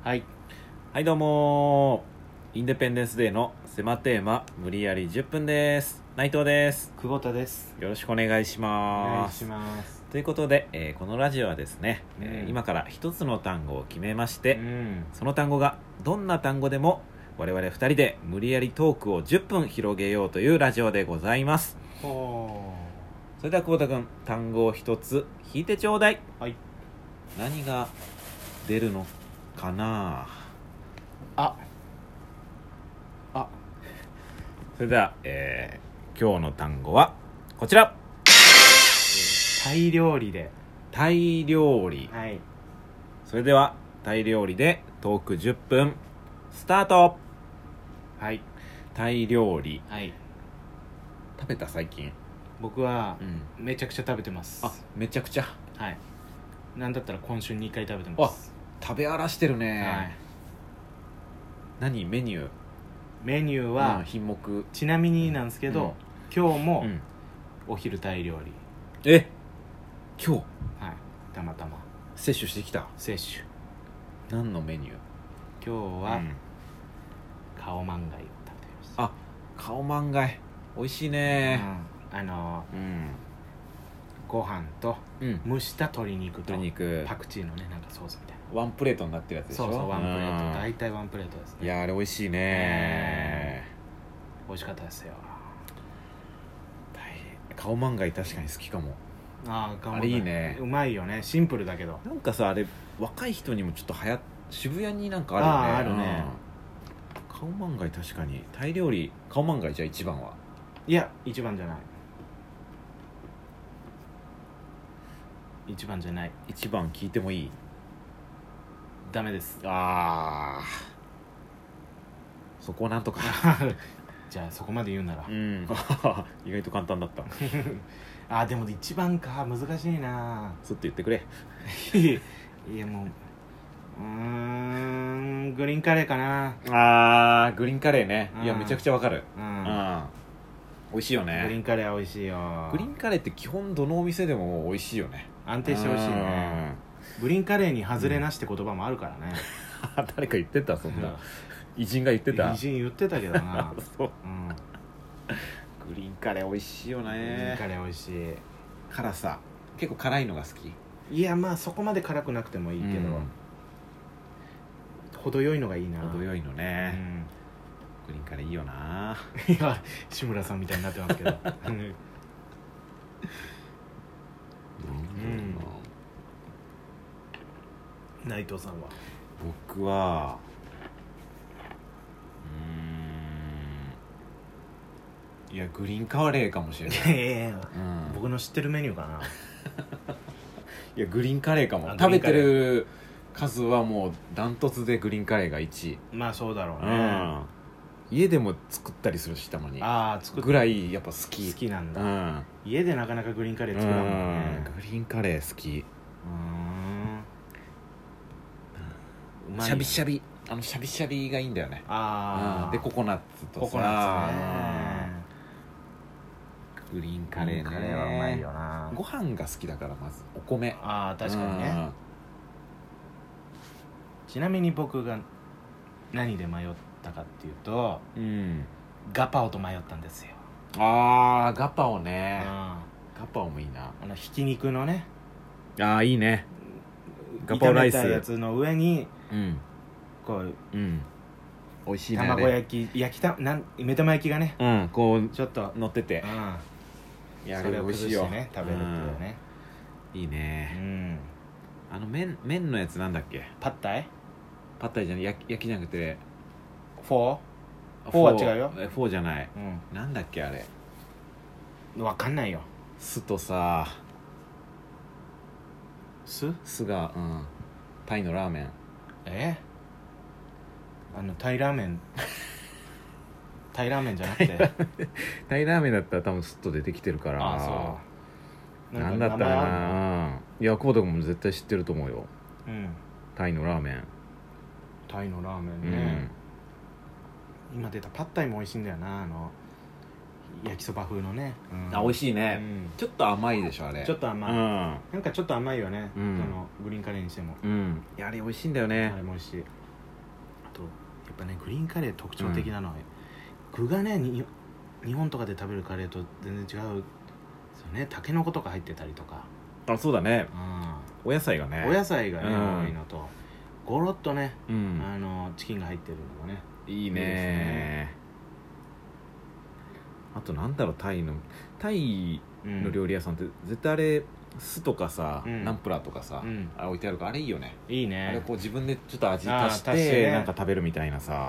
はいはいどうもインデペンデンスデーの狭テーマ無理やり10分です。内藤です。 久保田です。 よろしくお願いしお願いします。 ますということで、このラジオはですね、 うん今から一つの単語を決めまして、 んその単語がどんな単語でも我々2人で無理やりトークを10分広げようというラジオでございます。 ほそれでは久保田君、単語を一つ引いてちょうだい。 はい何が出るのかな。 あそれでは、今日の単語はこちら。 タイ料理でタイ料理。 はいそれではタイ料理でトーク10分スタート。 はいタイ料理はい食べた最近？ 僕はうんめちゃくちゃ食べてます。 あ、めちゃくちゃ。 はいなんだったら今週2回食べてます。 食べ荒らしてるね、 はい、 何メニュー？ メニューは、 品目。 ちなみになんですけど、今日もうんお昼タイ料理、 今日はいたまたま摂取してきた。 摂取。 何のメニュー？ 今日は、 うんカオマンガイを食べてました。 あ、カオマンガイ美味しいね。 うんご飯と蒸した鶏肉と鶏肉パクチーのねなんかソースみたいな。 ワンプレートになってるやつでしょ。 そうワンプレート、 うん大体ワンプレートですね。 いやあれ美味しいね、 美味しかったですよ。 カオマンガイ確かに好きかも。 カオマンガイあれいいね。 うまいよね。シンプルだけどなんかさ、あれ若い人にもちょっと渋谷になんかあるよね。 あるね、 カオマンガイ確かにタイ料理。カオマンガイじゃあ一番は？ いや一番じゃない。一番じゃない。 一番聞いてもいい？ ダメです。 あー、そこをなんとかじゃあそこまで言うなら意外と簡単だった。 でも一番か難しいな。 すっと言ってくれ。 いやもうグリーンカレーかな。 グリーンカレーね。いやうんめちゃくちゃわかる。 うん美味しいよグリーね。 ンカレーは美味しいよ。 グリーンカレーって基本どのお店でも美味しいよね。 安定して美味しいね。グリーンカレーに外れなしって言葉もあるからね。 誰か言ってた？そんな偉人が言ってた？ 偉人言ってたけどな。 そう。 うんグリーンカレー美味しいよグリーンね。 カレー美味し辛さ結構辛いのが好き？ い。いやまあそこまで辛くなくてもいいけど、程よいのがいいな。 程よいのうね、 んグリーンカレーいいよな。 いや志村さんみたいになってますけど内藤さんは？ 僕はいやグリーンカレーかもしれない。 僕の知ってるメニューかな。 いやグリーンカレーかも。 グリ食べてーンカレーる数はもうダントツでグリーンカレーが1位。 まあそうだろうね。 家でも作ったりするしたまに作ぐらいやっぱ好き。 好きなんだ、 うん家でなかなかグリーンカレー作らんもんね。 グリーンカレー好き。 うまいよね。 シャビシャビシャビシャビがいいんだよね。でココナッツとさココナッツね。 グリーンカレーね。 カレーはうまいよな。 ご飯が好きだから。まずお米。 確かにね。ちなみに僕が何で迷ったかっていうと、ガパオと迷ったんですよ。 ガパオね。ガパオもいいな。 ひき肉のねいいね。ガパオライス炒めたやつの上にこう美味しいね。 卵焼き目玉焼きがねこうちょっと乗ってて、いやあれ美味しいよ。 それを崩してね食べるっていうね。 いいね。麺のやつなんだっけ？ パッタイじゃない。焼きじゃなくてフォーは違うよ。 フォーじゃない。なんだっけあれ。 分かんないよ。 酢とさ、 酢がタイのラーメン。 タイラーメンタイラーメンじゃなくてタイラーメンだったら多分スッと出てきてるから。 そうなんだったかな。いや久保田君も絶対知ってると思うよ。タイのラーメン。 タイのラーメンね。今出たパッタイも美味しいんだよな。焼きそば風のね。 美味しいね。ちょっと甘いでしょあれ。 ちょっと甘い。なんかちょっと甘いよね。グリーンカレーにしても。 いやあれ美味しいんだよね。 あれも美味しい。 ぱねグリーンカレー特徴的なのは、具がね日本とかで食べるカレーと全然違うんですよね。タケノコとか入ってたりとか、 あ、そうだね、お野菜がね、 お野菜がね、 うん多いのとゴロッとね、 うん、 チキンが入ってるのもねいいね。 いいですね。 あとなんだろう、タイの料理屋さんって絶対あれ酢とかさ、ナンプラーとかさ、置いてあるから、あれいいよね。 いいね。 あれこう自分でちょっと味足し足してね、 てなんか食べるみたいなさ。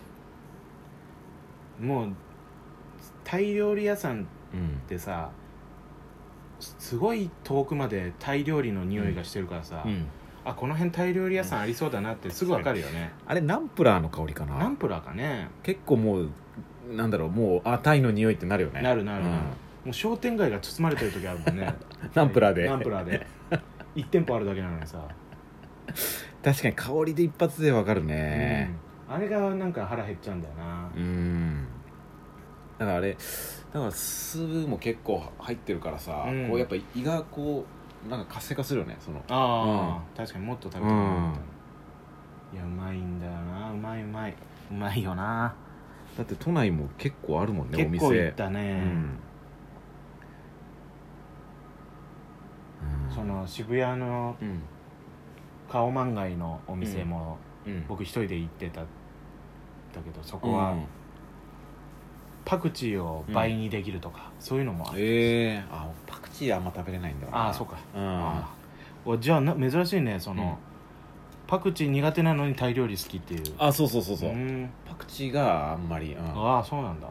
もうタイ料理屋さんってさ、すごい遠くまでタイ料理の匂いがしてるからさ、あ、この辺タイ料理屋さんありそうだなってすぐ分かるよね。 あれナンプラーの香りかな。 ナンプラーかね。 結構もうなんだろう、もうタイの匂いってなるよね。 なる、もう商店街が包まれてる時あるもんねナンプラーで 1店舗あるだけなのにさ確かに香りで一発でわかるね、 あれがなんか腹減っちゃうんだよな。 だから酢も結構入ってるからさ、こうやっぱ胃がこうなんか活性化するよね、その。 確かにもっと食べたいな、いや、うまいんだよな。うまいよな。 だって都内も結構あるもんね、お店。 結構行ったね、その渋谷のカオマンガイのお店も、僕一人で行ってたんだけど、そこはパクチーを倍にできるとか、そういうのもある。 パクチーあんま食べれないんだよな。 そうか。じゃあ珍しいね、その、パクチー苦手なのにタイ料理好きっていう。 そう、パクチーがあんまり、 そうなんだ。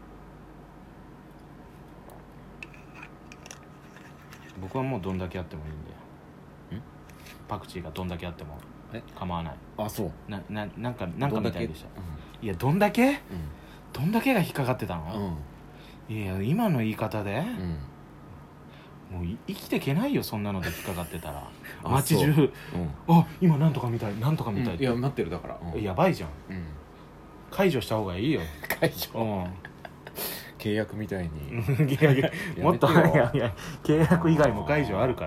僕はもうどんだけあってもいいんだよ。パクチーがどんだけあっても構わない。 そうなんかみたいでした。いや、どんだけどんだけが引っかかってたの。いや、今の言い方でもう生きてけないよ、そんなので引っかかってたら街中今なんとかみたいいや、なってる。だから、 やばいじゃん。解除した方がいいよ。 解除、契約みたいにもっと契約以外も解除あるから。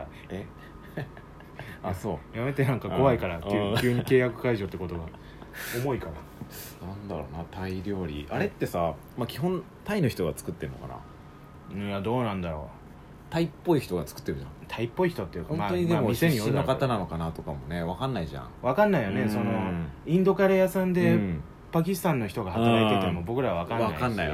そうやめて、なんか怖いから、急に契約解除ってことが重いから。 なんだろうな、タイ料理あれってさ、基本タイの人が作ってんのかな。 いや、どうなんだろう。 タイっぽい人が作ってるじゃん。 タイっぽい人っていうか、 本当にでも店による出身の方なのかなとかもね、分かんないじゃん。 分かんないよね。そのインドカレー屋さんでパキスタンの人が働いてても僕らは分かんないし。 分かんない。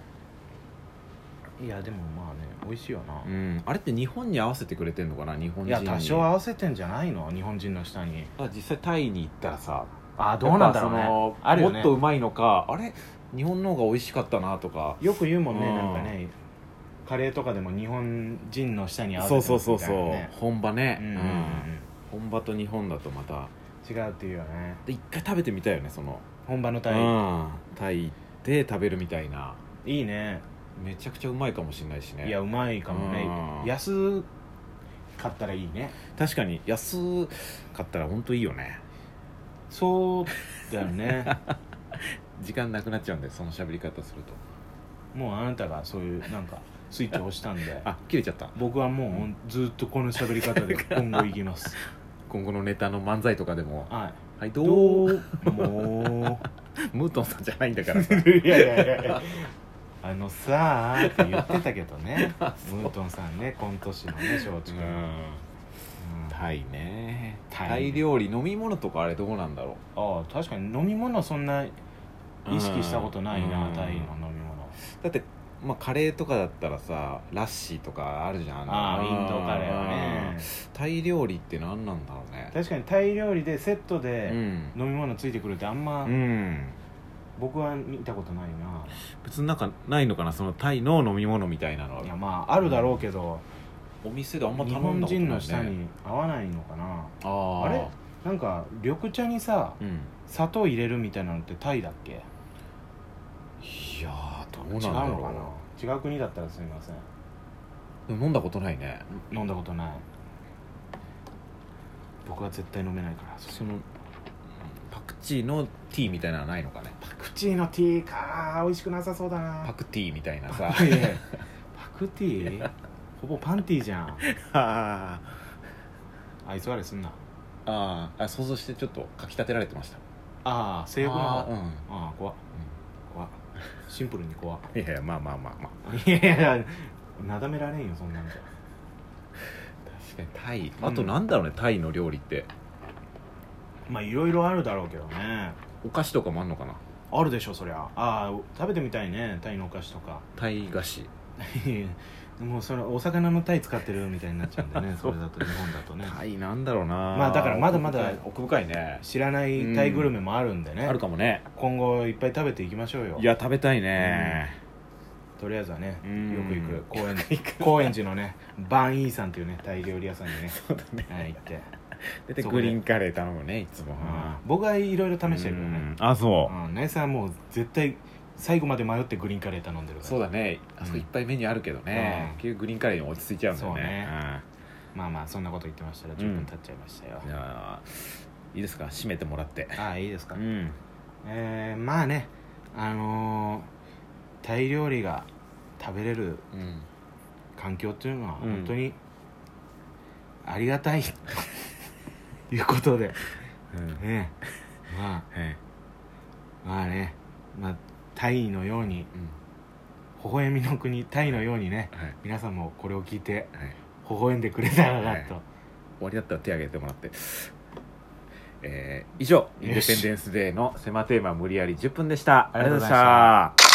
いや、でもまあね、美味しいよな。 あれって日本に合わせてくれてんのかな、日本人に。いや、 多少合わせてんじゃないの、日本人の下に。 実際タイに行ったらさ、 どうなんだろうね。あるよね。 もっとうまいのか、あれ日本の方が美味しかったなとかよく言うもんね。なんかね、カレーとかでも日本人の下に合わせてますみたいなね。 本場ね。本場と日本だとまた違うっていうよね。 で、一回食べてみたいよね、その本場のタイ。 タイで食べるみたいな。 いいね。 めちゃくちゃうまいかもしれないしね。 いや、うまいかもね。安かったらいいね。 確かに安かったら本当いいよね。 そうだよね。 時間なくなっちゃうんで、その喋り方すると。 もうあなたがそういうなんかスイッチを押したんで切れちゃった。 僕はもうずっとこの喋り方で今後いきます。 今後のネタの漫才とかでも、どうもムートンさんじゃないんだからさ。 いやさーって言ってたけどね。ムートンさんね、今年のね、松竹。 タイね。タイ料理、飲み物とかあれどうなんだろう。確かに飲み物そんな意識したことないな、タイの飲み物。 だってカレーとかだったらさ、ラッシーとかあるじゃん。 インドカレーはね。 タイ料理って何なんだろうね。 確かにタイ料理でセットで飲み物ついてくるってあんま僕は見たことないな。 別になんかないのかな、そのタイの飲み物みたいなの。 いや、あるだろうけど、 お店であんま頼日んだことないね。 本人の舌に合わないのかな。あれなんか緑茶にさ、砂糖入れるみたいなのってタイだっけ。 いやー、どうなんだろう。 違うのかな。違う国だったらすみません。 飲んだことないね。 飲んだことない。僕は絶対飲めないから。 そのパクチーのティーみたいなのはないのかね。 パクチーのティーか、美味しくなさそうだな。 パクティーみたいなさ。 パクティーほぼパンティーじゃん。愛想悪いすんな。 想像してちょっとかき立てられてました。 ああ性欲の方。 ああ怖っ、怖っ、シンプルに怖っ。 いやいやまあいやいやなだめられんよそんなんじゃ。 確かにタイ、あとなんだろうね、タイの料理ってまあいろいろあるだろうけどね。 お菓子とかもあんのかな。 あるでしょそりゃ。ああ食べてみたいねタイのお菓子とか。 タイ菓子もうそれお魚のタイ使ってるみたいになっちゃうんでねそれだと日本だとね。 タイなんだろうな。 まあだからまだまだ奥深いね。 知らないタイグルメもあるんでね、 あるかもね。 今後いっぱい食べていきましょうよ。 いや食べたいね、 とりあえずはね、ようんく行く高円寺のねバンイーさんっていうねタイ料理屋さんにね、 そうだね、 はい、行ってでグリーンカレー頼むねいつも。 僕はいろいろ試してるけどね。 あそうナイさんはもう絶対最後まで迷ってグリーンカレー頼んでるから。 そうだね、あそこいっぱいメニューあるけどね、結局グリーンカレーに落ち着いちゃうんだよね。 そうね、まあまあそんなこと言ってましたら10分経っちゃいましたよ。 じゃあいいですか、締めてもらって。 いいですか。まあねタイ料理が食べれる環境っていうのは本当にありがたいということで、ね、まあね、タイのように、微笑みの国タイのようにね、皆さんもこれを聞いて、微笑んでくれたらなと、 終わりだったら手挙げてもらって、以上インデペンデンスデーの狭テーマ無理やり10分でした。ありがとうございました。